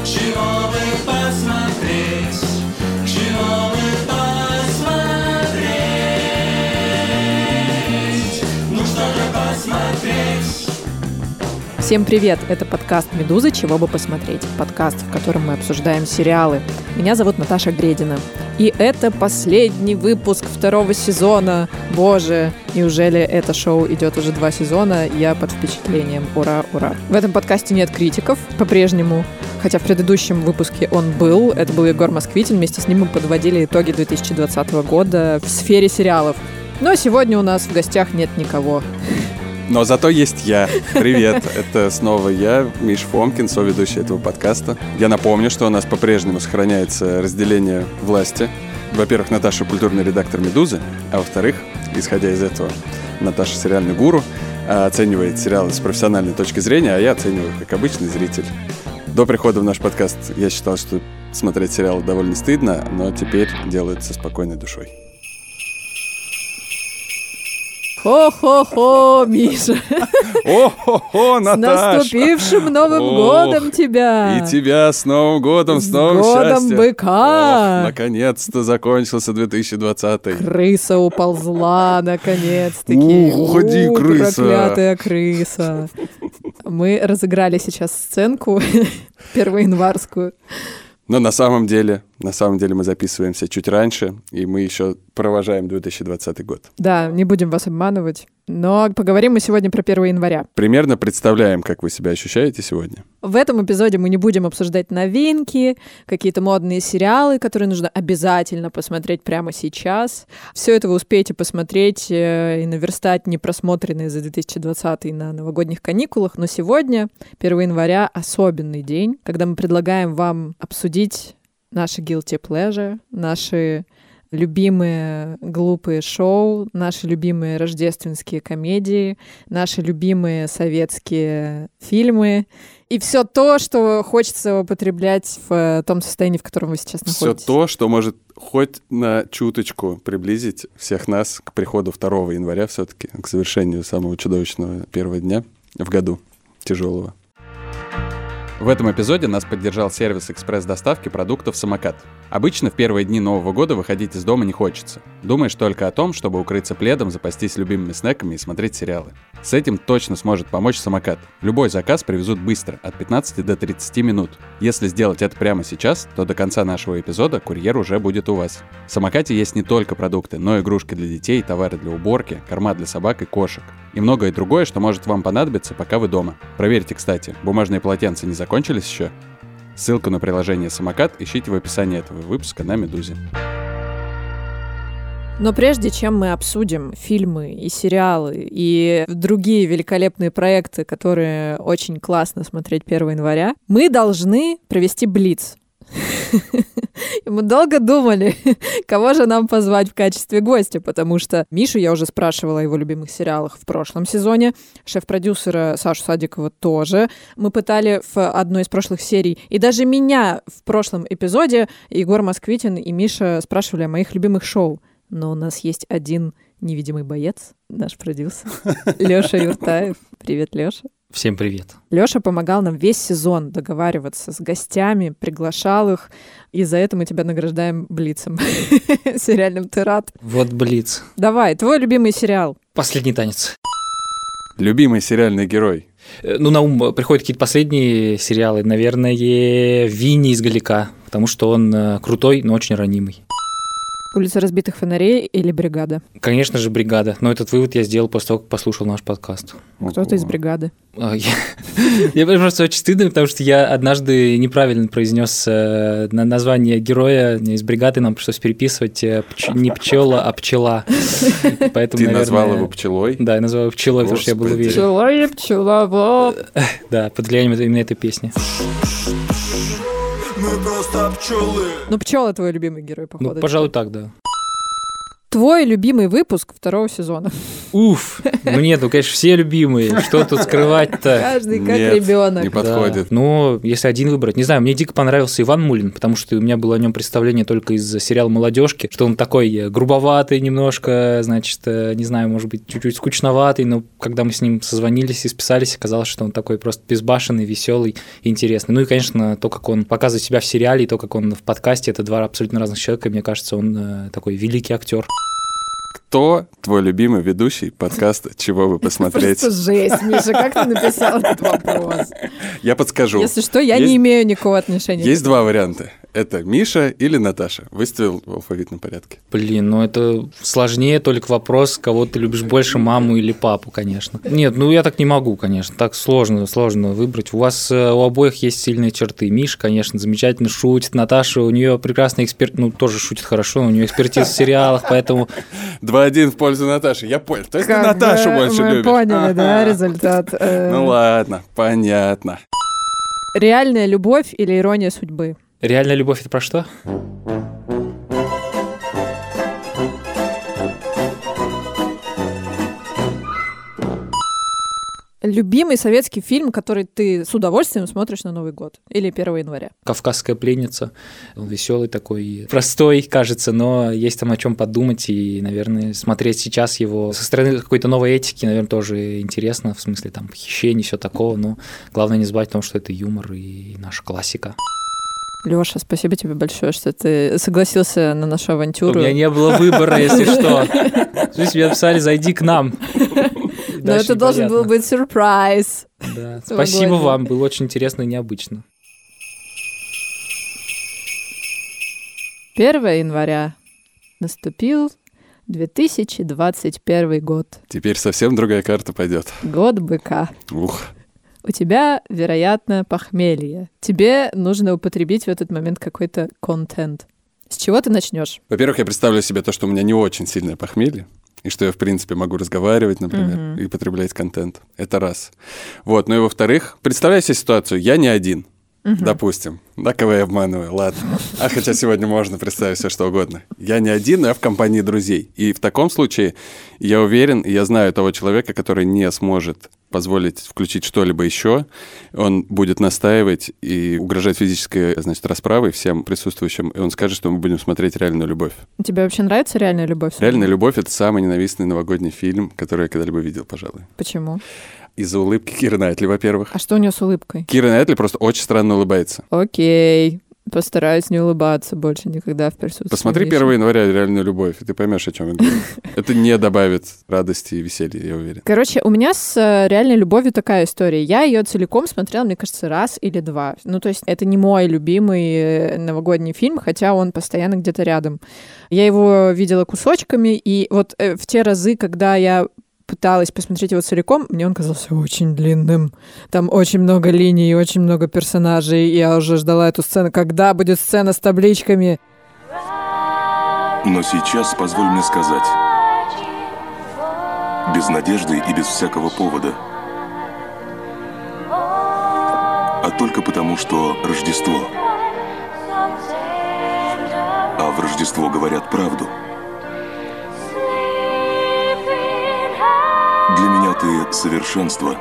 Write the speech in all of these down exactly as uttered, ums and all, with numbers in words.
Чего бы посмотреть? Чего бы посмотреть? Ну что же посмотреть? Всем привет! Это подкаст «Медузы. Чего бы посмотреть?» Подкаст, в котором мы обсуждаем сериалы. Меня зовут Наташа Гредина. И это последний выпуск второго сезона. Боже, неужели это шоу идет уже два сезона? Я под впечатлением. Ура, ура. В этом подкасте нет критиков по-прежнему. Хотя в предыдущем выпуске он был. Это был Егор Москвитин. Вместе с ним мы подводили итоги две тысячи двадцатого года в сфере сериалов. Но сегодня у нас в гостях нет никого. Но зато есть я. Привет, это снова я, Миш Фомкин, соведущий этого подкаста. Я напомню, что у нас по-прежнему сохраняется разделение власти. Во-первых, Наташа — культурный редактор «Медузы», а во-вторых, исходя из этого, Наташа — сериальный гуру, оценивает сериалы с профессиональной точки зрения, а я оцениваю как обычный зритель. До прихода в наш подкаст я считал, что смотреть сериалы довольно стыдно, но теперь делаю это со спокойной душой. Хо-хо-хо, Миша! О-хо-хо, Наташа! С наступившим Новым Ох, годом тебя! И тебя с Новым годом, с, с новым годом счастьем! быка! Ох, наконец-то закончился две тысячи двадцатый. Крыса уползла, наконец-таки. Ух, уходи, У, крыса! проклятая крыса! Мы разыграли сейчас сценку первоянварскую. Но на самом деле, на самом деле мы записываемся чуть раньше, и мы еще провожаем две тысячи двадцатый год. Да, не будем вас обманывать, но поговорим мы сегодня про первое января. Примерно представляем, как вы себя ощущаете сегодня. В этом эпизоде мы не будем обсуждать новинки, какие-то модные сериалы, которые нужно обязательно посмотреть прямо сейчас. Все это вы успеете посмотреть и наверстать непросмотренные за две тысячи двадцатый на новогодних каникулах. Но сегодня, первое января, особенный день, когда мы предлагаем вам обсудить наши guilty pleasure, наши любимые глупые шоу, наши любимые рождественские комедии, наши любимые советские фильмы и все то, что хочется употреблять в том состоянии, в котором вы сейчас находитесь. Все то, что может хоть на чуточку приблизить всех нас к приходу второго января все-таки, к завершению самого чудовищного первого дня в году тяжелого. В этом эпизоде нас поддержал сервис экспресс-доставки продуктов «Самокат». Обычно в первые дни Нового года выходить из дома не хочется. Думаешь только о том, чтобы укрыться пледом, запастись любимыми снеками и смотреть сериалы. С этим точно сможет помочь «Самокат». Любой заказ привезут быстро, от пятнадцати до тридцати минут. Если сделать это прямо сейчас, то до конца нашего эпизода курьер уже будет у вас. В «Самокате» есть не только продукты, но и игрушки для детей, товары для уборки, корма для собак и кошек. И многое другое, что может вам понадобиться, пока вы дома. Проверьте, кстати, бумажные полотенца не закончились еще? Ссылку на приложение «Самокат» ищите в описании этого выпуска на «Медузе». Но прежде чем мы обсудим фильмы и сериалы и другие великолепные проекты, которые очень классно смотреть первого января, мы должны провести блиц. Мы долго думали, кого же нам позвать в качестве гостя, потому что Мишу я уже спрашивала о его любимых сериалах в прошлом сезоне, шеф-продюсера Сашу Садикова тоже. Мы пытали в одной из прошлых серий, и даже меня в прошлом эпизоде Егор Москвитин и Миша спрашивали о моих любимых шоу. Но у нас есть один невидимый боец, наш продюсер, Лёша Юртаев. Привет, Лёша. Всем привет. Лёша помогал нам весь сезон договариваться с гостями, приглашал их, и за это мы тебя награждаем блицем, сериальным «Ты рад». Вот блиц. Давай, твой любимый сериал. «Последний танец». Любимый сериальный герой. Ну, на ум приходят какие-то последние сериалы. Наверное, «Винни из Галика», потому что он крутой, но очень ранимый. «Улица разбитых фонарей» или «Бригада»? Конечно же, «Бригада». Но этот вывод я сделал после того, как послушал наш подкаст. Кто-то из «Бригады». Я просто очень стыдно, потому что я однажды неправильно произнес название героя из «Бригады», нам пришлось переписывать не пчела, а пчела. Ты назвал его пчелой? Да, я назвал его пчелой, потому что я был уверен. Пчела и пчеловод. Да, под влиянием именно этой песни. Мы просто пчелы. Ну, пчела твой любимый герой, походу. Ну, пожалуй, так, да. Твой любимый выпуск второго сезона. Уф. Ну нет, ну, конечно, все любимые. Что тут скрывать-то? Каждый как Нет, ребенок. не подходит. Да. Ну, если один выбрать. Не знаю, мне дико понравился Иван Мулин, потому что у меня было о нем представление только из сериала «Молодежки», что он такой грубоватый немножко, значит, не знаю, может быть, чуть-чуть скучноватый, но когда мы с ним созвонились и списались, оказалось, что он такой просто безбашенный, веселый и интересный. Ну и, конечно, то, как он показывает себя в сериале, и то, как он в подкасте, это два абсолютно разных человека, и мне кажется, он такой великий актер. Кто твой любимый ведущий подкаста «Чего бы посмотреть»? Просто жесть, Миша, как ты написал этот вопрос? Я подскажу. Если что, я Есть- не имею никакого отношения. Есть два варианта. Это Миша или Наташа. Выставил в алфавитном порядке. Блин, ну это сложнее только вопрос, кого ты любишь больше, маму или папу, конечно. Нет, ну я так не могу, конечно. Так сложно, сложно выбрать. У вас э, у обоих есть сильные черты. Миша, конечно, замечательно шутит. Наташа, у нее прекрасный эксперт, ну тоже шутит хорошо, но у нее экспертиза в сериалах, поэтому... два-один в пользу Наташи. Я понял. То есть ты Как Наташу бы больше мы любишь. поняли, да, Ага. результат. Э, Ну ладно, понятно. Реальная любовь или ирония судьбы? Реальная любовь — это про что? Любимый советский фильм, который ты с удовольствием смотришь на Новый год или первого января? «Кавказская пленница». Он веселый такой, простой, кажется, но есть там о чем подумать, и, наверное, смотреть сейчас его со стороны какой-то новой этики, наверное, тоже интересно, в смысле там похищений, все такого, но главное не забывать о том, что это юмор и наша классика. Лёша, спасибо тебе большое, что ты согласился на нашу авантюру. У меня не было выбора, если что. Здесь мне написали: «Зайди к нам». Но это должен был быть сюрприз. Да. Спасибо Новогодний. вам, было очень интересно и необычно. первого января наступил две тысячи двадцать первый год. Теперь совсем другая карта пойдет. Год быка. Ух. У тебя, вероятно, похмелье. Тебе нужно употребить в этот момент какой-то контент. С чего ты начнешь? Во-первых, я представляю себе то, что у меня не очень сильное похмелье, и что я, в принципе, могу разговаривать, например, Мгм. и потреблять контент. Это раз. Вот. Ну и во-вторых, представляю себе ситуацию. Я не один, допустим. Да, кого я обманываю, ладно. А хотя сегодня можно представить все, что угодно. Я не один, но я в компании друзей. И в таком случае я уверен, и я знаю того человека, который не сможет позволить включить что-либо еще, он будет настаивать и угрожать физической, значит, расправой всем присутствующим, и он скажет, что мы будем смотреть «Реальную любовь». Тебе вообще нравится «Реальная любовь»? «Реальная любовь» — это самый ненавистный новогодний фильм, который я когда-либо видел, пожалуй. Почему? Из-за улыбки Киры Найтли, во-первых. А что у нее с улыбкой? Кира Найтли просто очень странно улыбается. Окей. Постараюсь не улыбаться больше никогда в присутствии Посмотри Миши. первого января «Реальную любовь», и ты поймешь, о чем я говорю. Это не добавит радости и веселья, я уверен. Короче, у меня с э, «Реальной любовью» такая история. Я ее целиком смотрела, мне кажется, раз или два. Ну, то есть это не мой любимый э, новогодний фильм, хотя он постоянно где-то рядом. Я его видела кусочками, и вот э, в те разы, когда я пыталась посмотреть его целиком, мне он казался очень длинным. Там очень много линий, очень много персонажей. Я уже ждала эту сцену. Когда будет сцена с табличками? Но сейчас позволь мне сказать, без надежды и без всякого повода, а только потому, что Рождество. А в Рождество говорят правду. Для меня ты совершенство.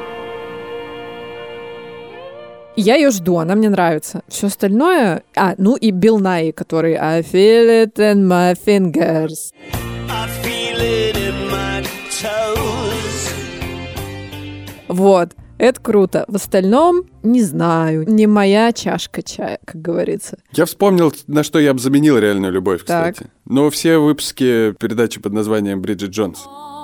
Я ее жду, она мне нравится. Все остальное... А, ну и Билл Найи, который I feel it in my fingers. I feel it in my toes. Вот, это круто. В остальном, не знаю, не моя чашка чая, как говорится. Я вспомнил, на что я бы заменил «Реальную любовь», Так. кстати. Но все выпуски передачи под названием «Бриджит Джонс».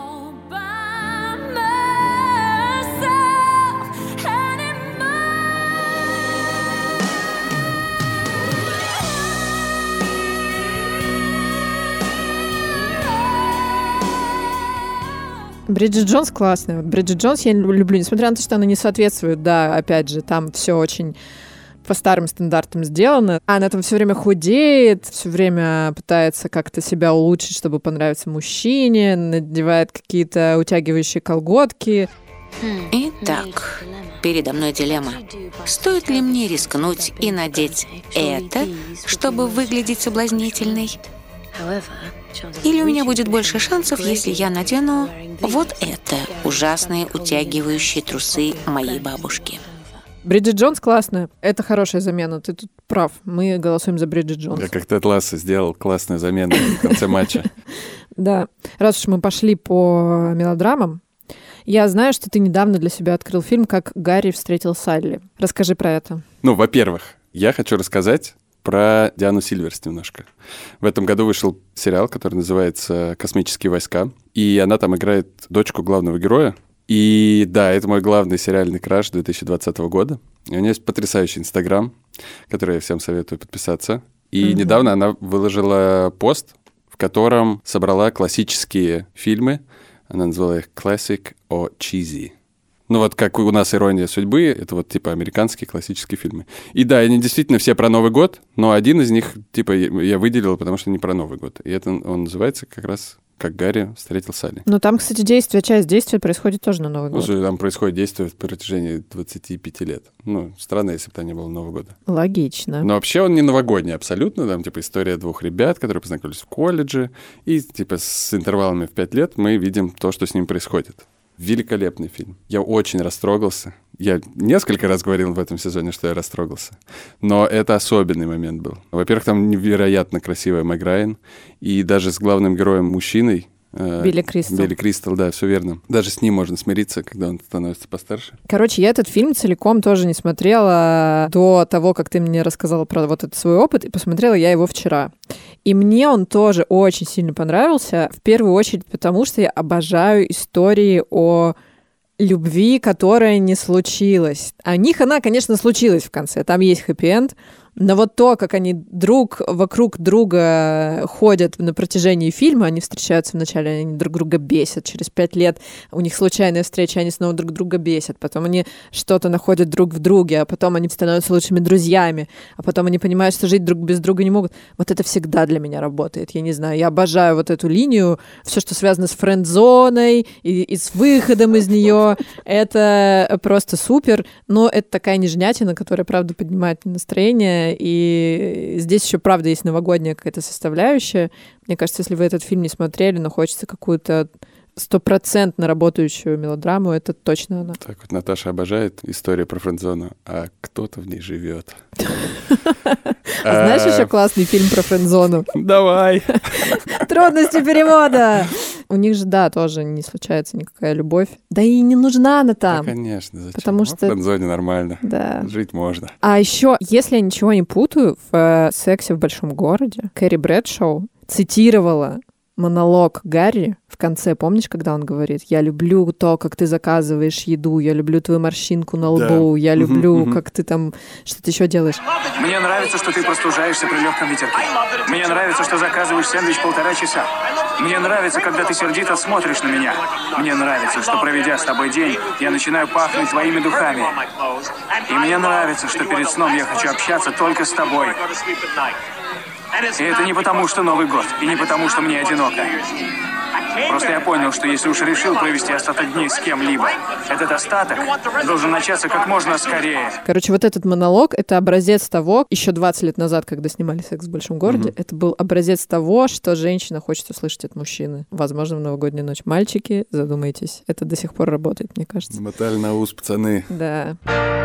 Бриджит Джонс классная. Вот Бриджит Джонс я люблю, несмотря на то, что она не соответствует, да, опять же, там все очень по старым стандартам сделано. Она там все время худеет, все время пытается как-то себя улучшить, чтобы понравиться мужчине, надевает какие-то утягивающие колготки. Итак, передо мной дилемма. Стоит ли мне рискнуть и надеть это, чтобы выглядеть соблазнительной? Или у меня будет больше шансов, если я надену вот это ужасные утягивающие трусы моей бабушки. Бриджит Джонс классная. Это хорошая замена. Ты тут прав. Мы голосуем за Бриджит Джонс. Я как Тед Лассо сделал классную замену в конце матча. Да. Раз уж мы пошли по мелодрамам, я знаю, что ты недавно для себя открыл фильм «Как Гарри встретил Салли». Расскажи про это. Ну, во-первых, я хочу рассказать про Диану Сильверс немножко. В этом году вышел сериал, который называется «Космические войска», и она там играет дочку главного героя. И да, это мой главный сериальный краш две тысячи двадцатого года. И у нее есть потрясающий Инстаграм, который я всем советую подписаться. И mm-hmm. недавно она выложила пост, в котором собрала классические фильмы. Она назвала их «Classic» or «Cheesy». Ну вот как у нас «Ирония судьбы», это вот типа американские классические фильмы. И да, они действительно все про Новый год, но один из них типа я выделил, потому что не про Новый год. И это он называется как раз «Как Гарри встретил Салли». Ну там, кстати, действие, часть действия происходит тоже на Новый год. Слушай, там происходит действие в протяжении двадцати пяти лет. Ну, странно, если бы там не было Нового года. Логично. Но вообще он не новогодний абсолютно. Там типа история двух ребят, которые познакомились в колледже. И типа с интервалами в пять лет мы видим то, что с ним происходит. Великолепный фильм. Я очень растрогался. Я несколько раз говорил в этом сезоне, что я растрогался. Но это особенный момент был. Во-первых, там невероятно красивая Мэг Райан. И даже с главным героем-мужчиной, Билли Кристал. Билли Кристал, да, все верно. Даже с ним можно смириться, когда он становится постарше. Короче, я этот фильм целиком тоже не смотрела до того, как ты мне рассказала про вот этот свой опыт, и посмотрела я его вчера. И мне он тоже очень сильно понравился, в первую очередь потому, что я обожаю истории о любви, которая не случилась. А у них она, конечно, случилась в конце, там есть хэппи-энд, но вот то, как они друг вокруг друга ходят на протяжении фильма, они встречаются вначале, они друг друга бесят, через пять лет у них случайная встреча, они снова друг друга бесят, потом они что-то находят друг в друге, а потом они становятся лучшими друзьями, а потом они понимают, что жить друг без друга не могут. Вот это всегда для меня работает, я не знаю, я обожаю вот эту линию, все, что связано с френд-зоной и, и с выходом из нее, это просто супер, но это такая нежнятина, которая, правда, поднимает настроение. И здесь еще, правда, есть новогодняя какая-то составляющая. Мне кажется, если вы этот фильм не смотрели, но хочется какую-то стопроцентно работающую мелодраму, это точно она. Так вот Наташа обожает историю про френд-зону, а кто-то в ней живет. А знаешь еще классный фильм про френд-зону? Давай. Трудности перевода. У них же, да, тоже не случается никакая любовь. Да и не нужна она там. Да, конечно, зачем? Потому что... В френд-зоне нормально. Да. Жить можно. А еще, если я ничего не путаю, в «Сексе в большом городе» Кэрри Брэдшоу цитировала монолог Гарри в конце, помнишь, когда он говорит: «Я люблю то, как ты заказываешь еду, я люблю твою морщинку на лбу, да. я люблю, угу, как ты там что-то еще делаешь». Мне нравится, что ты простужаешься при легком ветерке. Мне нравится, что заказываешь сэндвич полтора часа. Мне нравится, когда ты сердито смотришь на меня. Мне нравится, что, проведя с тобой день, я начинаю пахнуть твоими духами. И мне нравится, что перед сном я хочу общаться только с тобой. И это не потому, что Новый год, и не потому, что мне одиноко. Просто я понял, что если уж решил провести остаток дней с кем-либо, этот остаток должен начаться как можно скорее. Короче, вот этот монолог — это образец того, еще двадцать лет назад, когда снимали «Секс в большом городе», mm-hmm. это был образец того, что женщина хочет услышать от мужчины. Возможно, в новогоднюю ночь. Мальчики, задумайтесь. Это до сих пор работает, мне кажется. Мотали на ус, пацаны. Да.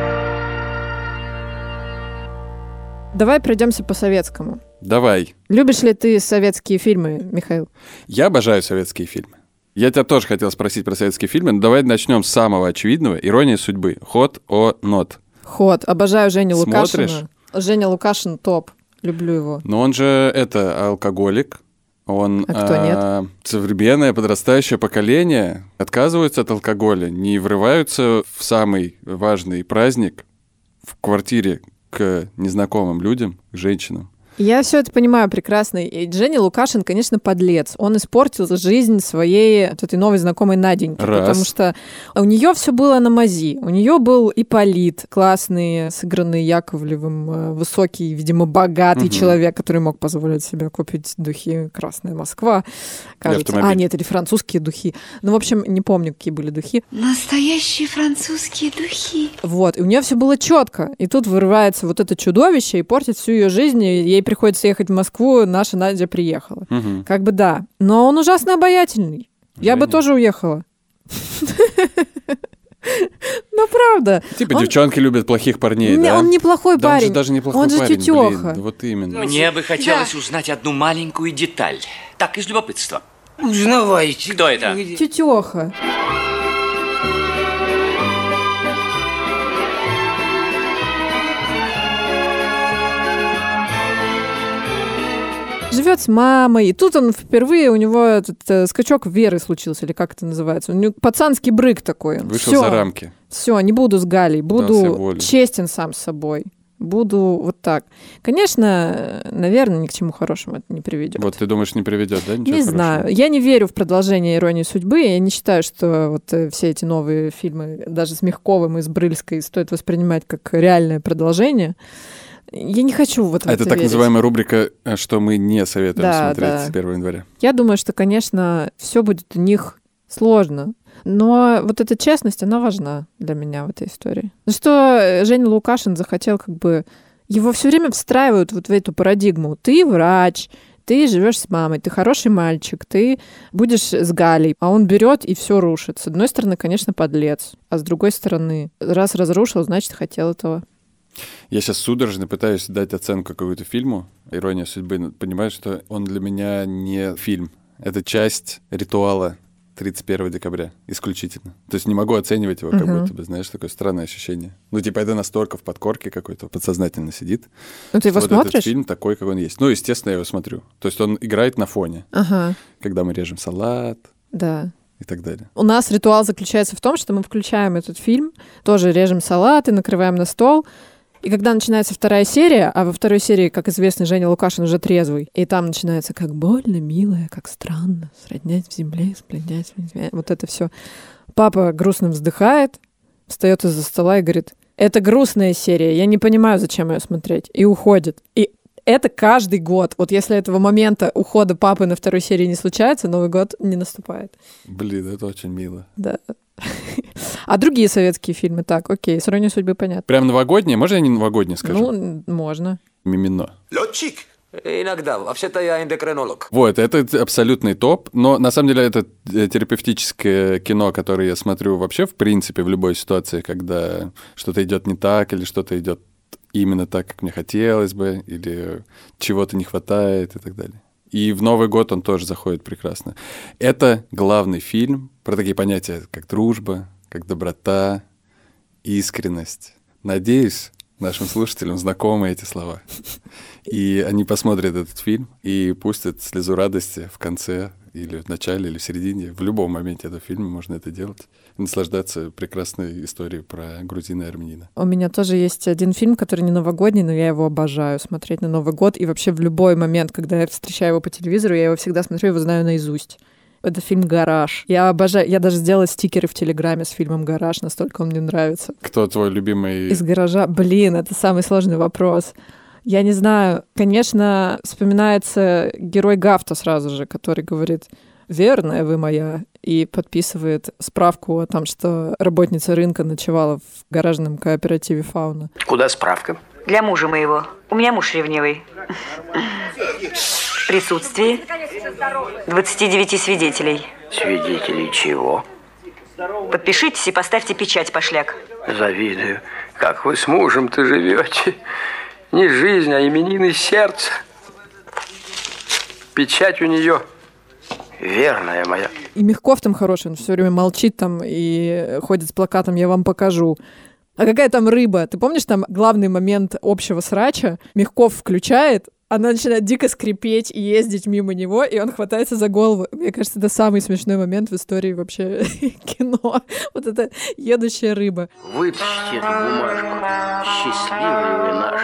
Давай пройдемся по советскому. Давай. Любишь ли ты советские фильмы, Михаил? Я обожаю советские фильмы. Я тебя тоже хотел спросить про советские фильмы, но давай начнем с самого очевидного. «Ирония судьбы». Hot or not? Hot. Обожаю Женю Лукашина. Смотришь? Женя Лукашин топ. Люблю его. Но он же, это, алкоголик. Он, а кто а, нет? Современное подрастающее поколение отказываются от алкоголя, не врываются в самый важный праздник в квартире к незнакомым людям, к женщинам. Я все это понимаю прекрасно. И Женя Лукашин, конечно, подлец. Он испортил жизнь своей вот этой новой знакомой Наденьки. Раз. Потому что у нее все было на мази. У нее был Ипполит, классный, сыгранный Яковлевым, высокий, видимо, богатый угу. человек, который мог позволить себе купить духи «Красная Москва». Кажется. А, нет, или французские духи. Ну, в общем, не помню, какие были духи. Настоящие французские духи. Вот. И у нее все было четко. И тут вырывается вот это чудовище и портит всю ее жизнь. И ей приходится ехать в Москву, наша Надя приехала. Мгм. Как бы да. Но он ужасно обаятельный. Я бы Женя. тоже уехала. Ну, правда. Типа Он- девчонки любят плохих парней, Не, да? Он неплохой Да он же парень. даже неплохой Он же парень, тетёха. блин, да вот именно. Мне бы хотелось узнать одну маленькую деталь. Так, из любопытства. Узнавайте. Кто это? Тетёха. Живет с мамой, и тут он впервые, у него этот э, скачок веры случился, или как это называется. У него пацанский брык такой. Вышел Всё. за рамки. Все, не буду с Галей, Дал себе буду волю. честен сам с собой. Буду вот так. Конечно, наверное, ни к чему хорошему это не приведет. Вот ты думаешь, не приведет, да? Ничего Не хорошего? знаю. Я не верю в продолжение «Иронии судьбы». Я не считаю, что вот э, все эти новые фильмы, даже с Мягковым и с Брыльской, стоит воспринимать как реальное продолжение. Я не хочу вот в А это это так верить. называемая рубрика, э, что мы не советуем Да, смотреть да. с первого января. Я думаю, что, конечно, все будет у них сложно. Но вот эта честность, она важна для меня в этой истории. Ну что Женя Лукашин захотел как бы... Его все время встраивают вот в эту парадигму. Ты врач, ты живешь с мамой, ты хороший мальчик, ты будешь с Галей. А он берет и все рушит. С одной стороны, конечно, подлец. А с другой стороны, раз разрушил, значит, хотел этого. Я сейчас судорожно пытаюсь дать оценку какому-то фильму. «Ирония судьбы». но понимаю, что он для меня не фильм. Это часть ритуала тридцать первого декабря исключительно. То есть не могу оценивать его, как Мгм. будто бы, знаешь, такое странное ощущение. Ну, типа, это настолько в подкорке какой-то подсознательно сидит. Ну, ты его что вот этот смотришь? фильм такой, как он есть. Ну, естественно, я его смотрю. То есть он играет на фоне, Ага, когда мы режем салат да. и так далее. У нас ритуал заключается в том, что мы включаем этот фильм, тоже режем салаты, накрываем на стол. И когда начинается вторая серия, а во второй серии, как известно, Женя Лукашин уже трезвый, и там начинается как больно, милое, как странно, сроднять в земле, спленять в земле. Вот это все. Папа грустно вздыхает, встает из-за стола и говорит: это грустная серия, я не понимаю, зачем ее смотреть. И уходит. И это каждый год. Вот если этого момента ухода папы на второй серии не случается, Новый год не наступает. Блин, это очень мило. Да. А другие советские фильмы? Так, окей, с «Иронией судьбы» понятно. Прям новогоднее? Можно я не новогоднее скажу? Ну, можно. Мимино. Летчик? Иногда. Вообще-то я эндокринолог. Вот, это абсолютный топ, но на самом деле это э, терапевтическое кино, которое я смотрю вообще в принципе в любой ситуации, когда что-то идет не так или что-то идет именно так, как мне хотелось бы, или чего-то не хватает и так далее. И в Новый год он тоже заходит прекрасно. Это главный фильм про такие понятия, как дружба, как доброта, искренность. Надеюсь, нашим слушателям знакомы эти слова. И они посмотрят этот фильм и пустят слезу радости в конце или в начале, или в середине. В любом моменте этого фильма можно это делать. И наслаждаться прекрасной историей про грузина и армянина. У меня тоже есть один фильм, который не новогодний, но я его обожаю смотреть на Новый год. И вообще в любой момент, когда я встречаю его по телевизору, я его всегда смотрю, его знаю наизусть. Это фильм «Гараж». Я обожаю. Я даже сделала стикеры в Телеграме с фильмом «Гараж», настолько он мне нравится. Кто твой любимый? Из «Гаража». Блин, это самый сложный вопрос. Я не знаю. Конечно, вспоминается герой Гафта сразу же, который говорит: «Верная вы моя», и подписывает справку о том, что работница рынка ночевала в гаражном кооперативе «Фауна». Куда справка? Для мужа моего. У меня муж ревнивый. В присутствии двадцати девяти свидетелей. Свидетелей чего? Подпишитесь и поставьте печать, пошляк. Завидую. Как вы с мужем-то живете? Не жизнь, а именины сердца. Печать у нее верная моя. И Мягков там хороший, он все время молчит там и ходит с плакатом «Я вам покажу». А какая там рыба? Ты помнишь, там главный момент общего срача? Мягков включает, она начинает дико скрипеть и ездить мимо него, и он хватается за голову. Мне кажется, это самый смешной момент в истории вообще кино. Вот эта едущая рыба. Вытащите эту бумажку. Счастливый вы наш.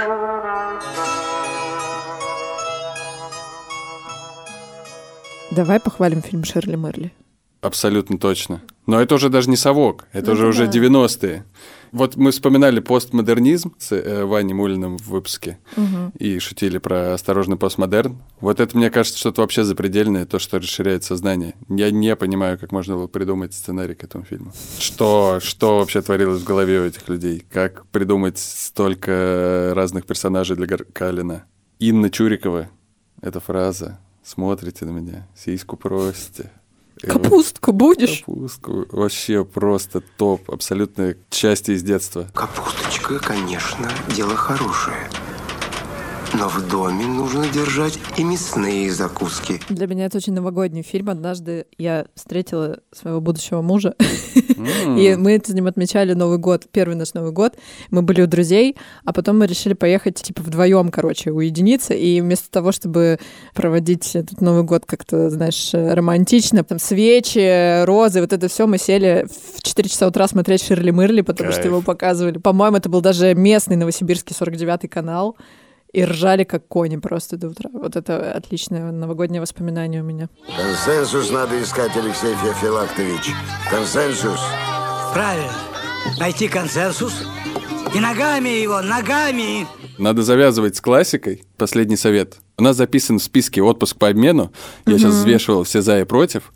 Давай похвалим фильм «Шерли Мерли». Абсолютно точно. Но это уже даже не совок, это Ну, уже да. уже девяностые. Вот мы вспоминали постмодернизм с э, Ваней Мулиным в выпуске Мгм. и шутили про осторожный постмодерн. Вот это, мне кажется, что-то вообще запредельное, то, что расширяет сознание. Я не понимаю, как можно было придумать сценарий к этому фильму. Что, что вообще творилось в голове у этих людей? Как придумать столько разных персонажей для Гаркалина? Инна Чурикова. Эта фраза. Смотрите на меня, сиську просите. Капустку будешь? Капустку. Вообще просто топ. Абсолютная часть из детства. Капусточка, конечно, дело хорошее. Но в доме нужно держать и мясные закуски. Для меня это очень новогодний фильм. Однажды я встретила своего будущего мужа, mm. и мы с ним отмечали Новый год, первый наш Новый год. Мы были у друзей, а потом мы решили поехать типа вдвоем, короче, уединиться. И вместо того, чтобы проводить этот Новый год как-то, знаешь, романтично, там свечи, розы, вот это все, мы сели в четыре часа утра смотреть Ширли Мырли, потому Кайф. Что его показывали. По-моему, это был даже местный новосибирский сорок девятый канал. И ржали, как кони просто до утра. Вот это отличное новогоднее воспоминание у меня. Консенсус надо искать, Алексей Феофилактович. Консенсус. Правильно. Найти консенсус и ногами его, ногами. Надо завязывать с классикой. Последний совет. У нас записан в списке отпуск по обмену. Я угу. сейчас взвешивал все за и против.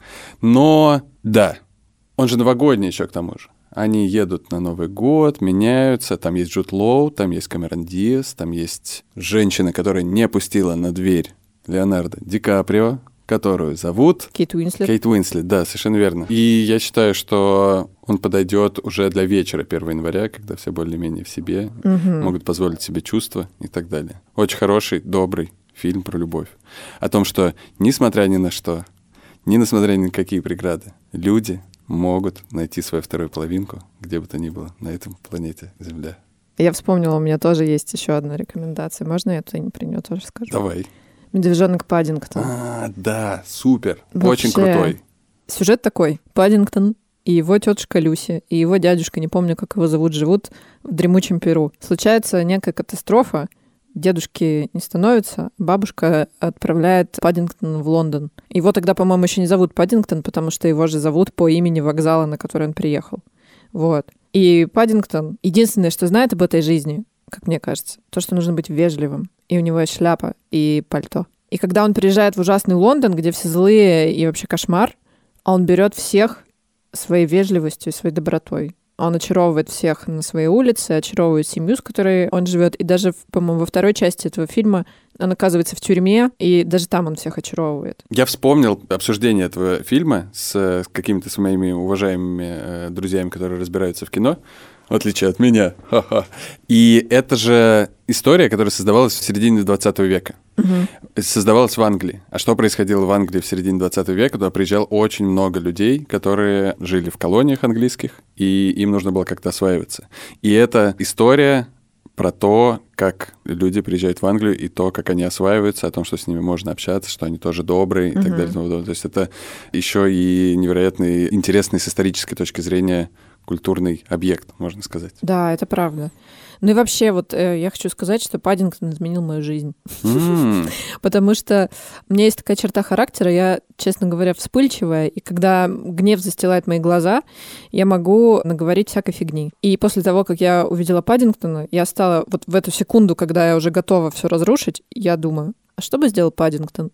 Но да, он же новогодний еще к тому же. Они едут на Новый год, меняются, там есть Джуд Лоу, там есть Камерон Диас, там есть женщина, которая не пустила на дверь Леонардо Ди Каприо, которую зовут... Кейт Уинслет. Кейт Уинслет, да, совершенно верно. И я считаю, что он подойдет уже для вечера первого января, когда все более-менее в себе, угу. могут позволить себе чувства и так далее. Очень хороший, добрый фильм про любовь. О том, что, несмотря ни на что, ни несмотря ни на какие преграды, люди... могут найти свою вторую половинку, где бы то ни было, на этом планете Земля. Я вспомнила, у меня тоже есть еще одна рекомендация. Можно я туда про нее тоже скажу? Давай. «Медвежонок Паддингтон». А, да, супер. Вообще, очень крутой. Сюжет такой. Паддингтон и его тетушка Люси, и его дядюшка, не помню, как его зовут, живут в дремучем Перу. Случается некая катастрофа, дедушки не становится, бабушка отправляет Паддингтона в Лондон. Его тогда, по-моему, еще не зовут Паддингтон, потому что его же зовут по имени вокзала, на который он приехал. Вот. И Паддингтон единственное, что знает об этой жизни, как мне кажется, то, что нужно быть вежливым. И у него есть шляпа и пальто. И когда он приезжает в ужасный Лондон, где все злые и вообще кошмар, он берет всех своей вежливостью и своей добротой. Он очаровывает всех на своей улице, очаровывает семью, с которой он живет. И даже, по-моему, во второй части этого фильма он оказывается в тюрьме, и даже там он всех очаровывает. Я вспомнил обсуждение этого фильма с, с какими-то своими уважаемыми э, друзьями, которые разбираются в кино, в отличие от меня. Ха-ха. И это же история, которая создавалась в середине двадцатого века. Угу. Создавалась в Англии. А что происходило в Англии в середине двадцатого века? Туда приезжало очень много людей, которые жили в колониях английских, и им нужно было как-то осваиваться. И эта история про то, как люди приезжают в Англию, и то, как они осваиваются, о том, что с ними можно общаться, что они тоже добрые и угу. так далее. То есть это еще и невероятно интересный с исторической точки зрения культурный объект, можно сказать. Да, это правда. Ну и вообще, вот э, я хочу сказать, что Паддингтон изменил мою жизнь. Mm. Потому что у меня есть такая черта характера, я, честно говоря, вспыльчивая, и когда гнев застилает мои глаза, я могу наговорить всякой фигни. И после того, как я увидела Паддингтона, я стала вот в эту секунду, когда я уже готова все разрушить, я думаю, а что бы сделал Паддингтон?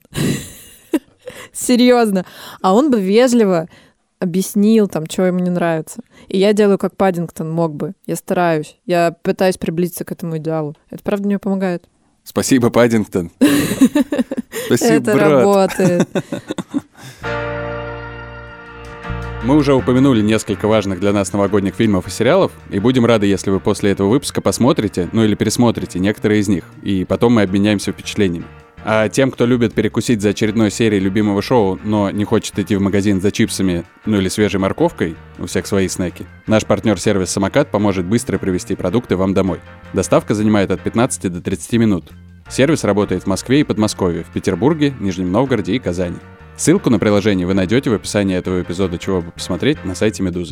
Серьезно. А он бы вежливо объяснил, там, что ему не нравится. И я делаю, как Паддингтон мог бы. Я стараюсь. Я пытаюсь приблизиться к этому идеалу. Это, правда, мне помогает. Спасибо, Паддингтон. Спасибо, брат. Это работает. Мы уже упомянули несколько важных для нас новогодних фильмов и сериалов, и будем рады, если вы после этого выпуска посмотрите, ну или пересмотрите некоторые из них, и потом мы обменяемся впечатлениями. А тем, кто любит перекусить за очередной серией любимого шоу, но не хочет идти в магазин за чипсами, ну или свежей морковкой, у всех свои снеки, наш партнер-сервис «Самокат» поможет быстро привезти продукты вам домой. Доставка занимает от пятнадцати до тридцати минут. Сервис работает в Москве и Подмосковье, в Петербурге, Нижнем Новгороде и Казани. Ссылку на приложение вы найдете в описании этого эпизода «Чего бы посмотреть» на сайте «Медузы».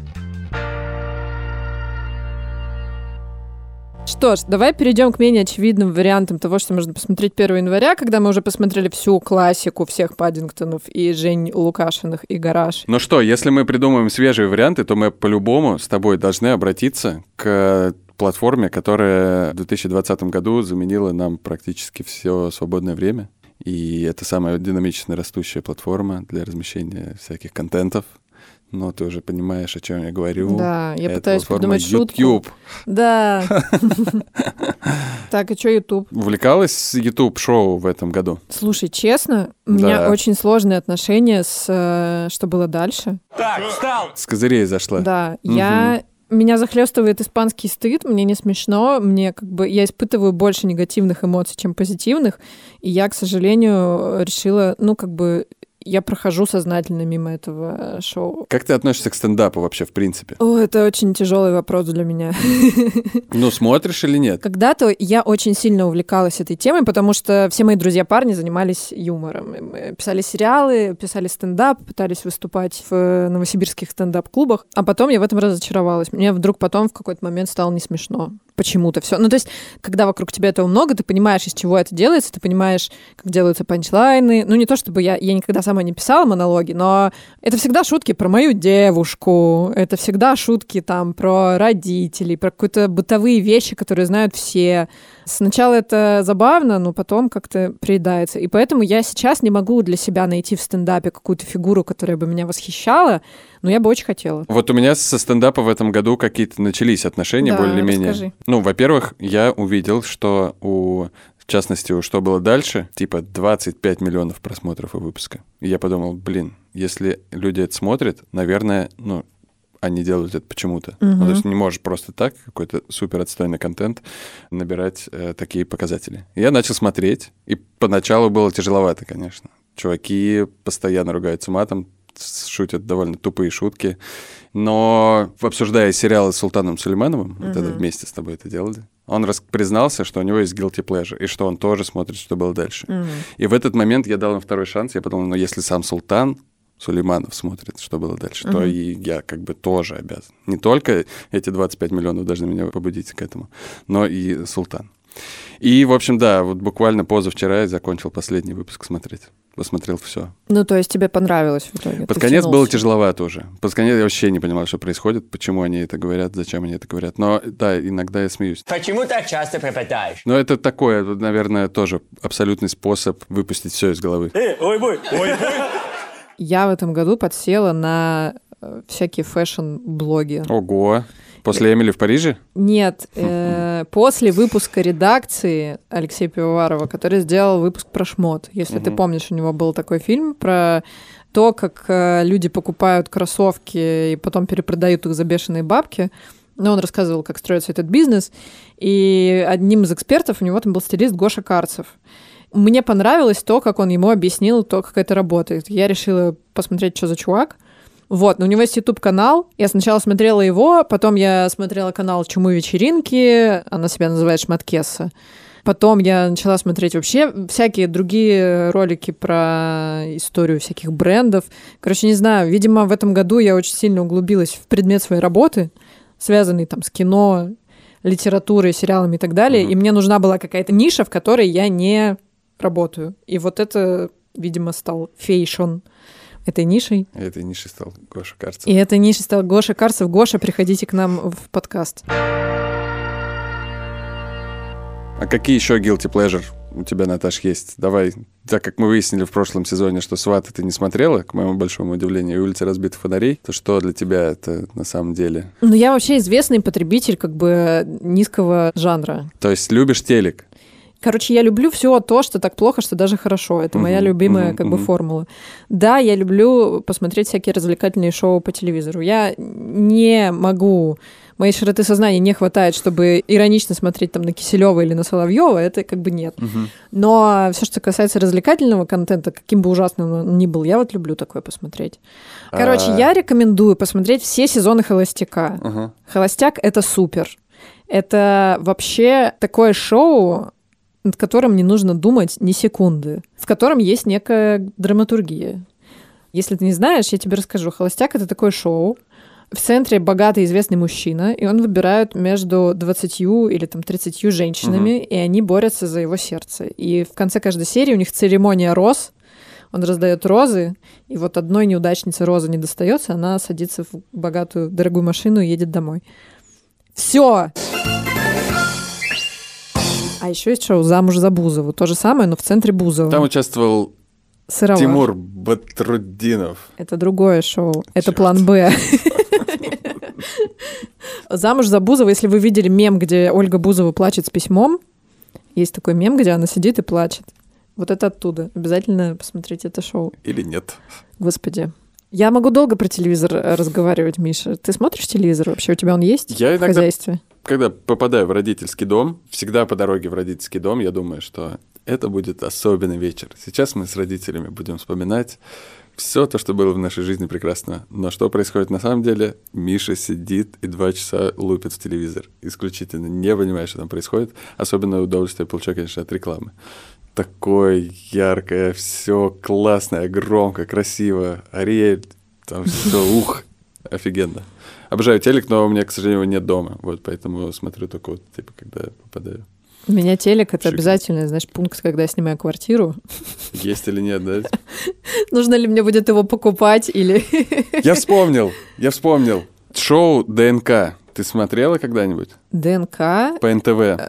Что ж, давай перейдем к менее очевидным вариантам того, что можно посмотреть первого января, когда мы уже посмотрели всю классику всех Паддингтонов и Жень Лукашиных и Гараж. Ну что, если мы придумаем свежие варианты, то мы по-любому с тобой должны обратиться к платформе, которая в две тысячи двадцатом году заменила нам практически все свободное время. И это самая динамично растущая платформа для размещения всяких контентов но ты уже понимаешь, о чем я говорю. Да, я это пытаюсь платформа придумать шутку. YouTube. Да. Так, и что YouTube? Увлекалась YouTube-шоу в этом году? Слушай, честно, у меня очень сложные отношения с «Что было дальше». Так, встал! С козырей зашла. Да, я... Меня захлестывает испанский стыд, мне не смешно, мне как бы я испытываю больше негативных эмоций, чем позитивных, и я, к сожалению, решила, ну как бы я прохожу сознательно мимо этого шоу. Как ты относишься к стендапу вообще в принципе? О, это очень тяжелый вопрос для меня. Ну, смотришь или нет? Когда-то я очень сильно увлекалась этой темой, потому что все мои друзья-парни занимались юмором. Мы писали сериалы, писали стендап, пытались выступать в новосибирских стендап-клубах, а потом я в этом разочаровалась. Мне вдруг потом в какой-то момент стало не смешно. Почему-то все. Ну, то есть, когда вокруг тебя этого много, ты понимаешь, из чего это делается, ты понимаешь, как делаются панчлайны. Ну, не то чтобы я, я никогда сама не писала монологи, но это всегда шутки про мою девушку, это всегда шутки там про родителей, про какие-то бытовые вещи, которые знают все. Сначала это забавно, но потом как-то приедается. И поэтому я сейчас не могу для себя найти в стендапе какую-то фигуру, которая бы меня восхищала, но я бы очень хотела. Вот у меня со стендапа в этом году какие-то начались отношения, да, более-менее. Расскажи. Ну, во-первых, я увидел, что у, в частности, у «Что было дальше», типа двадцать пять миллионов просмотров и выпуска. И я подумал, блин, если люди это смотрят, наверное, ну, они делают это почему-то. Угу. Ну, то есть не можешь просто так какой-то супер отстойный контент набирать э, такие показатели. Я начал смотреть, и поначалу было тяжеловато, конечно. Чуваки постоянно ругаются матом, шутят довольно тупые шутки. Но обсуждая сериалы с Султаном Сулеймановым, мы uh-huh. тогда вместе с тобой это делали, он рас- признался, что у него есть guilty pleasure, и что он тоже смотрит, что было дальше. Uh-huh. И в этот момент я дал ему второй шанс. Я подумал, ну если сам Султан Сулейманов смотрит, что было дальше, uh-huh. то и я как бы тоже обязан. Не только эти двадцать пять миллионов должны меня побудить к этому, но и Султан. И, в общем, да, вот буквально позавчера я закончил последний выпуск смотреть. Посмотрел все. Ну, то есть тебе понравилось в итоге? Под конец было тяжеловато уже. Под конец я вообще не понимал, что происходит, почему они это говорят, зачем они это говорят. Но, да, иногда я смеюсь. Почему так часто пропадаешь? Но это такое, наверное, тоже абсолютный способ выпустить все из головы. Эй, ой-бой, ой-бой. Я в этом году подсела на всякие фэшн-блоги. Ого! После «Эмили в Париже»? Нет, э, после выпуска редакции Алексея Пивоварова, который сделал выпуск про шмот. Если uh-huh. ты помнишь, у него был такой фильм про то, как э, люди покупают кроссовки и потом перепродают их за бешеные бабки. Но он рассказывал, как строится этот бизнес. И одним из экспертов у него там был стилист Гоша Карцев. Мне понравилось то, как он ему объяснил то, как это работает. Я решила посмотреть, что за чувак. Вот, но у него есть YouTube-канал. Я сначала смотрела его, потом я смотрела канал «Чумы вечеринки», она себя называет «Шматкесса». Потом я начала смотреть вообще всякие другие ролики про историю всяких брендов. Короче, не знаю, видимо, в этом году я очень сильно углубилась в предмет своей работы, связанный там с кино, литературой, сериалами и так далее, uh-huh. и мне нужна была какая-то ниша, в которой я не работаю. И вот это, видимо, стал фейшн этой нишей. И этой нишей стал Гоша Карцев. И этой нишей стал Гоша Карцев. Гоша, приходите к нам в подкаст. А какие еще guilty pleasure у тебя, Наташ, есть? Давай, так как мы выяснили в прошлом сезоне, что «Сваты» ты не смотрела, к моему большому удивлению, и «Улица разбитых фонарей», то что для тебя это на самом деле? Ну, я вообще известный потребитель как бы низкого жанра. То есть любишь телек? Короче, я люблю все то, что так плохо, что даже хорошо. Это uh-huh, моя любимая uh-huh, как бы uh-huh. формула. Да, я люблю посмотреть всякие развлекательные шоу по телевизору. Я не могу... Моей широты сознания не хватает, чтобы иронично смотреть там на Киселева или на Соловьева. Это как бы нет. Uh-huh. Но все, что касается развлекательного контента, каким бы ужасным он ни был, я вот люблю такое посмотреть. Короче, uh-huh. я рекомендую посмотреть все сезоны «Холостяка». Uh-huh. «Холостяк» — это супер. Это вообще такое шоу, над которым не нужно думать ни секунды, в котором есть некая драматургия. Если ты не знаешь, я тебе расскажу. «Холостяк» — это такое шоу. В центре богатый известный мужчина, и он выбирает между двадцатью или там тридцатью женщинами, uh-huh. и они борются за его сердце. И в конце каждой серии у них церемония роз. Он раздает розы, и вот одной неудачнице роза не достается, она садится в богатую, дорогую машину и едет домой. Все! А еще есть шоу «Замуж за Бузову». То же самое, но в центре Бузова. Там участвовал Сыровар. Тимур Батрутдинов. Это другое шоу. Это план Б. «Замуж за Бузова». Если вы видели мем, где Ольга Бузова плачет с письмом, есть такой мем, где она сидит и плачет. Вот это оттуда. Обязательно посмотрите это шоу. Или нет. Господи. Я могу долго про телевизор разговаривать, Миша. Ты смотришь телевизор вообще? У тебя он есть Я в иногда, хозяйстве? Когда попадаю в родительский дом, всегда по дороге в родительский дом, я думаю, что это будет особенный вечер. Сейчас мы с родителями будем вспоминать все то, что было в нашей жизни прекрасно. Но что происходит на самом деле? Миша сидит и два часа лупит в телевизор. Исключительно не понимая, что там происходит. Особенно удовольствие получаю, конечно, от рекламы. Такое яркое, все классное, громко, красиво. Ариэль, там все, ух, офигенно. Обожаю телек, но у меня, к сожалению, нет дома. Вот поэтому смотрю только вот, типа, когда попадаю. У меня телек — это Шикарно. Обязательный, знаешь, пункт, когда я снимаю квартиру. Есть или нет, да? Нужно ли мне будет его покупать или... Я вспомнил, я вспомнил. Шоу ДНК. Ты смотрела когда-нибудь? ДНК? По эн тэ вэ.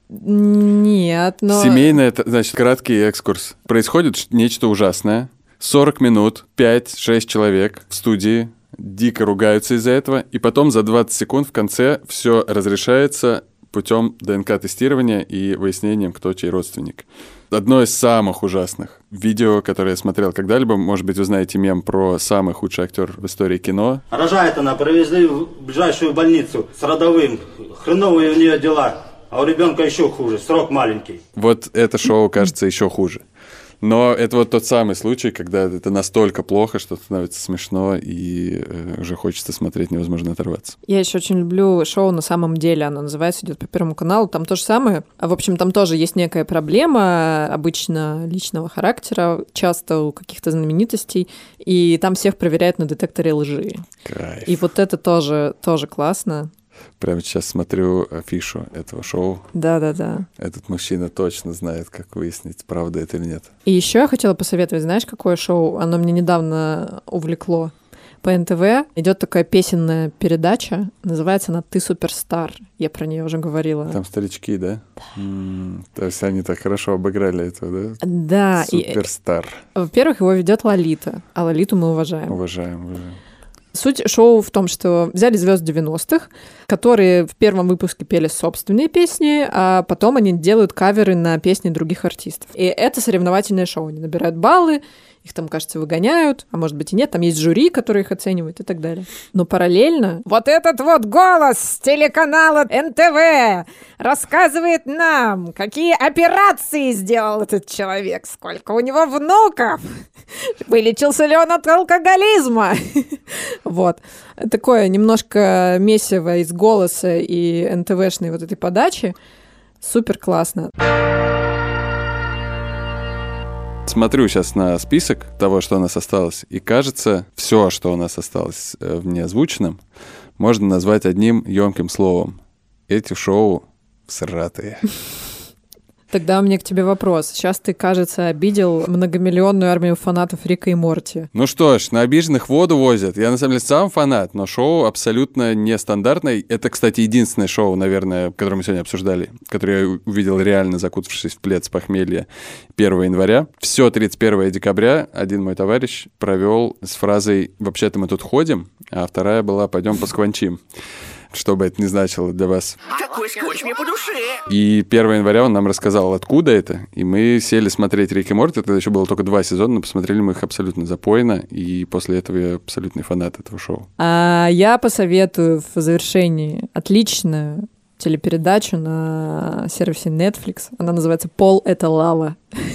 Нет, но... Семейное, это, значит, краткий экскурс. Происходит нечто ужасное. сорок минут, пять-шесть человек в студии дико ругаются из-за этого, и потом за двадцать секунд в конце все разрешается путем ДНК-тестирования и выяснением, кто чей родственник. Одно из самых ужасных видео, которое я смотрел когда-либо. Может быть, вы знаете мем про самый худший актер в истории кино. Рожает она, привезли в ближайшую больницу с родовым. Хреновые у нее дела, а у ребенка еще хуже, срок маленький. Вот это шоу кажется еще хуже. Но это вот тот самый случай, когда это настолько плохо, что становится смешно, и э, уже хочется смотреть, невозможно оторваться. Я еще очень люблю шоу «На самом деле». Оно называется, идет по Первому каналу. Там то же самое. В общем, там тоже есть некая проблема, обычно личного характера, часто у каких-то знаменитостей, и там всех проверяют на детекторе лжи. Кайф. И вот это тоже, тоже классно. Прямо сейчас смотрю афишу этого шоу. Да-да-да. Этот мужчина точно знает, как выяснить, правда это или нет. И еще я хотела посоветовать, знаешь, какое шоу? Оно мне недавно увлекло. По эн тэ вэ идет такая песенная передача, называется она «Ты суперстар». Я про нее уже говорила. Там старички, да? Да. М-м, то есть они так хорошо обыграли этого, да? Да. Суперстар. И, во-первых, его ведет Лолита, а Лолиту мы уважаем. Уважаем, уважаем. Суть шоу в том, что взяли звезд девяностых, которые в первом выпуске пели собственные песни, а потом они делают каверы на песни других артистов. И это соревновательное шоу. Они набирают баллы, их там, кажется, выгоняют, а может быть и нет, там есть жюри, которые их оценивают и так далее. Но параллельно вот этот вот голос с телеканала эн тэ вэ рассказывает нам, какие операции сделал этот человек, сколько у него внуков, вылечился ли он от алкоголизма. Вот. Такое немножко месиво из голоса и эн тэ вэ-шной вот этой подачи. Супер классно. Смотрю сейчас на список того, что у нас осталось, и кажется, все, что у нас осталось в неозвученном, можно назвать одним емким словом. Эти шоу всратые. Тогда у меня к тебе вопрос. Сейчас ты, кажется, обидел многомиллионную армию фанатов Рика и Морти. Ну что ж, на обиженных воду возят. Я, на самом деле, сам фанат, но шоу абсолютно нестандартное. Это, кстати, единственное шоу, наверное, которое мы сегодня обсуждали, которое я увидел реально, закутавшись в плед с похмелья первого января. Все тридцать первого декабря один мой товарищ провел с фразой «Вообще-то мы тут ходим», а вторая была «Пойдем поскванчим». Что бы это ни значило для вас. Такой скотч мне по душе. И первого января он нам рассказал, откуда это. И мы сели смотреть «Рик и Морти». Тогда еще было только два сезона, но посмотрели мы их абсолютно запойно. И после этого я абсолютный фанат этого шоу. А я посоветую в завершении отличную телепередачу на сервисе Netflix. Она называется «Пол — это лава».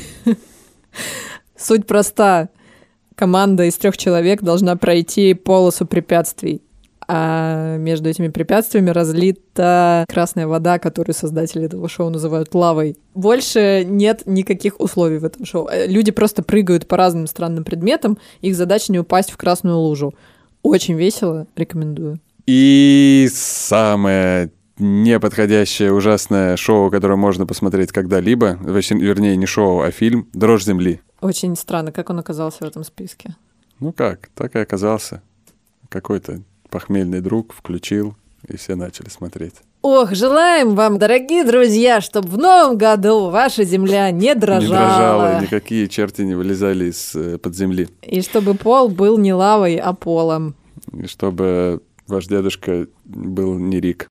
Суть проста. Команда из трех человек должна пройти полосу препятствий. А между этими препятствиями разлита красная вода, которую создатели этого шоу называют лавой. Больше нет никаких условий в этом шоу. Люди просто прыгают по разным странным предметам, их задача не упасть в красную лужу. Очень весело, рекомендую. И самое неподходящее, ужасное шоу, которое можно посмотреть когда-либо, вернее, не шоу, а фильм «Дрожь земли». Очень странно, как он оказался в этом списке. Ну как, так и оказался. Какой-то похмельный друг включил, и все начали смотреть. Ох, желаем вам, дорогие друзья, чтобы в новом году ваша земля не дрожала. Не дрожала, никакие черти не вылезали из-под земли. И чтобы пол был не лавой, а полом. И чтобы ваш дедушка был не Рик.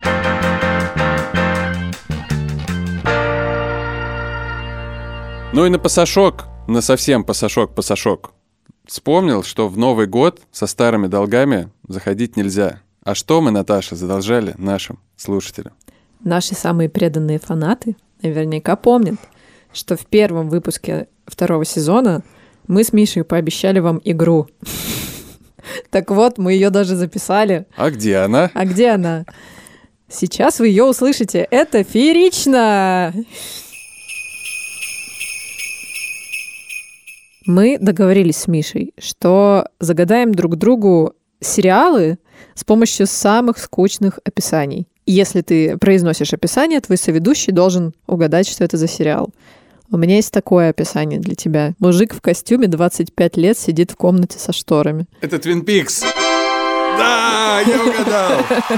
Ну и на пасашок, на совсем пасашок-пасашок. Вспомнил, что в Новый год со старыми долгами заходить нельзя. А что мы, Наташа, задолжали нашим слушателям? Наши самые преданные фанаты наверняка помнят, что в первом выпуске второго сезона мы с Мишей пообещали вам игру. Так вот, мы ее даже записали. А где она? А где она? Сейчас вы ее услышите. Это феерично! Мы договорились с Мишей, что загадаем друг другу сериалы с помощью самых скучных описаний. Если ты произносишь описание, твой соведущий должен угадать, что это за сериал. У меня есть такое описание для тебя. Мужик в костюме, двадцать пять лет, сидит в комнате со шторами. Это Твин Пикс. Да, я угадал.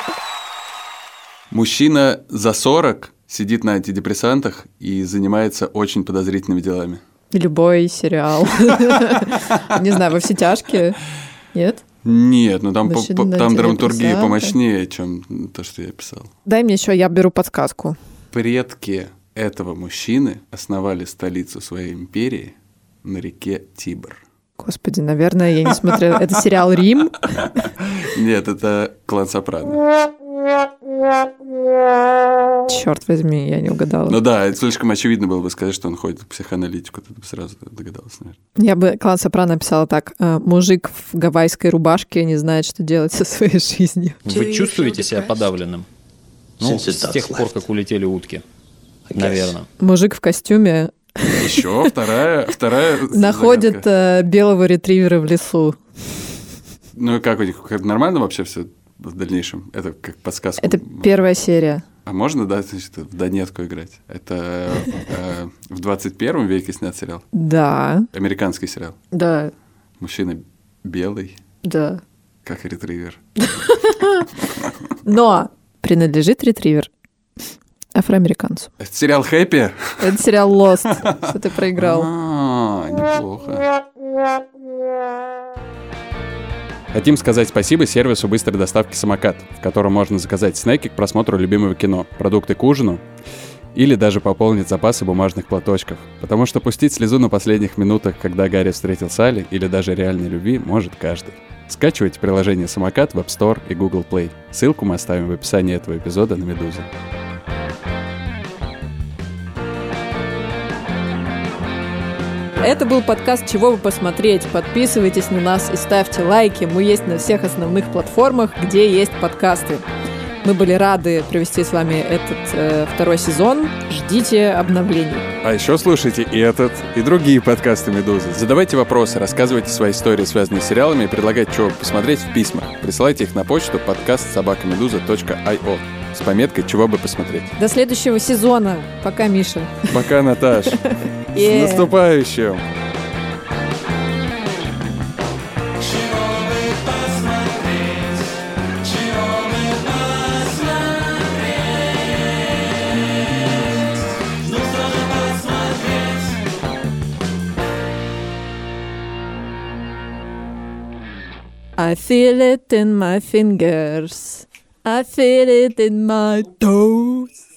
Мужчина за сорок сидит на антидепрессантах и занимается очень подозрительными делами. Любой сериал. Не знаю, «Во все тяжкие»? Нет? Нет, ну там, по, по, там драматургия помощнее, чем то, что я писал. Дай мне еще, я беру подсказку. Предки этого мужчины основали столицу своей империи на реке Тибр. Господи, наверное, я не смотрела. Это сериал «Рим»? Нет, это «Клан Сопрано». Черт возьми, я не угадала. Ну да, это слишком очевидно было бы сказать, что он ходит в психоаналитику, ты бы сразу догадалась, наверное. Я бы «Клан Сопрано» написала так. Мужик в гавайской рубашке не знает, что делать со своей жизнью. Вы чувствуете себя подавленным? Ну, с тех пор, как улетели утки. Наверное. Мужик в костюме. Еще вторая, вторая находит э, белого ретривера в лесу. Ну и как у них, как нормально вообще все в дальнейшем? Это как подсказка. Это первая серия. А можно, да, значит, в Донетку играть? Это э, в двадцать первом веке снят сериал? Да. Американский сериал? Да. Мужчина белый? Да. Как ретривер. Но принадлежит ретривер афроамериканцу. Это сериал «Хэппи»? Это сериал «Лост», что ты проиграл. А, неплохо. Хотим сказать спасибо сервису быстрой доставки «Самокат», в котором можно заказать снеки к просмотру любимого кино, продукты к ужину или даже пополнить запасы бумажных платочков. Потому что пустить слезу на последних минутах, когда Гарри встретил Салли, или даже реальной любви, может каждый. Скачивайте приложение «Самокат» в App Store и Google Play. Ссылку мы оставим в описании этого эпизода на «Медузе». Это был подкаст «Чего бы посмотреть». Подписывайтесь на нас и ставьте лайки. Мы есть на всех основных платформах, где есть подкасты. Мы были рады провести с вами этот э, второй сезон. Ждите обновлений. А еще слушайте и этот, и другие подкасты «Медузы». Задавайте вопросы, рассказывайте свои истории, связанные с сериалами, и предлагайте, чего посмотреть в письмах. Присылайте их на почту подкаст собака медуза точка ай о с пометкой «Чего бы посмотреть». До следующего сезона. Пока, Миша. Пока, Наташ. С наступающим! I feel it in my fingers. I feel it in my toes.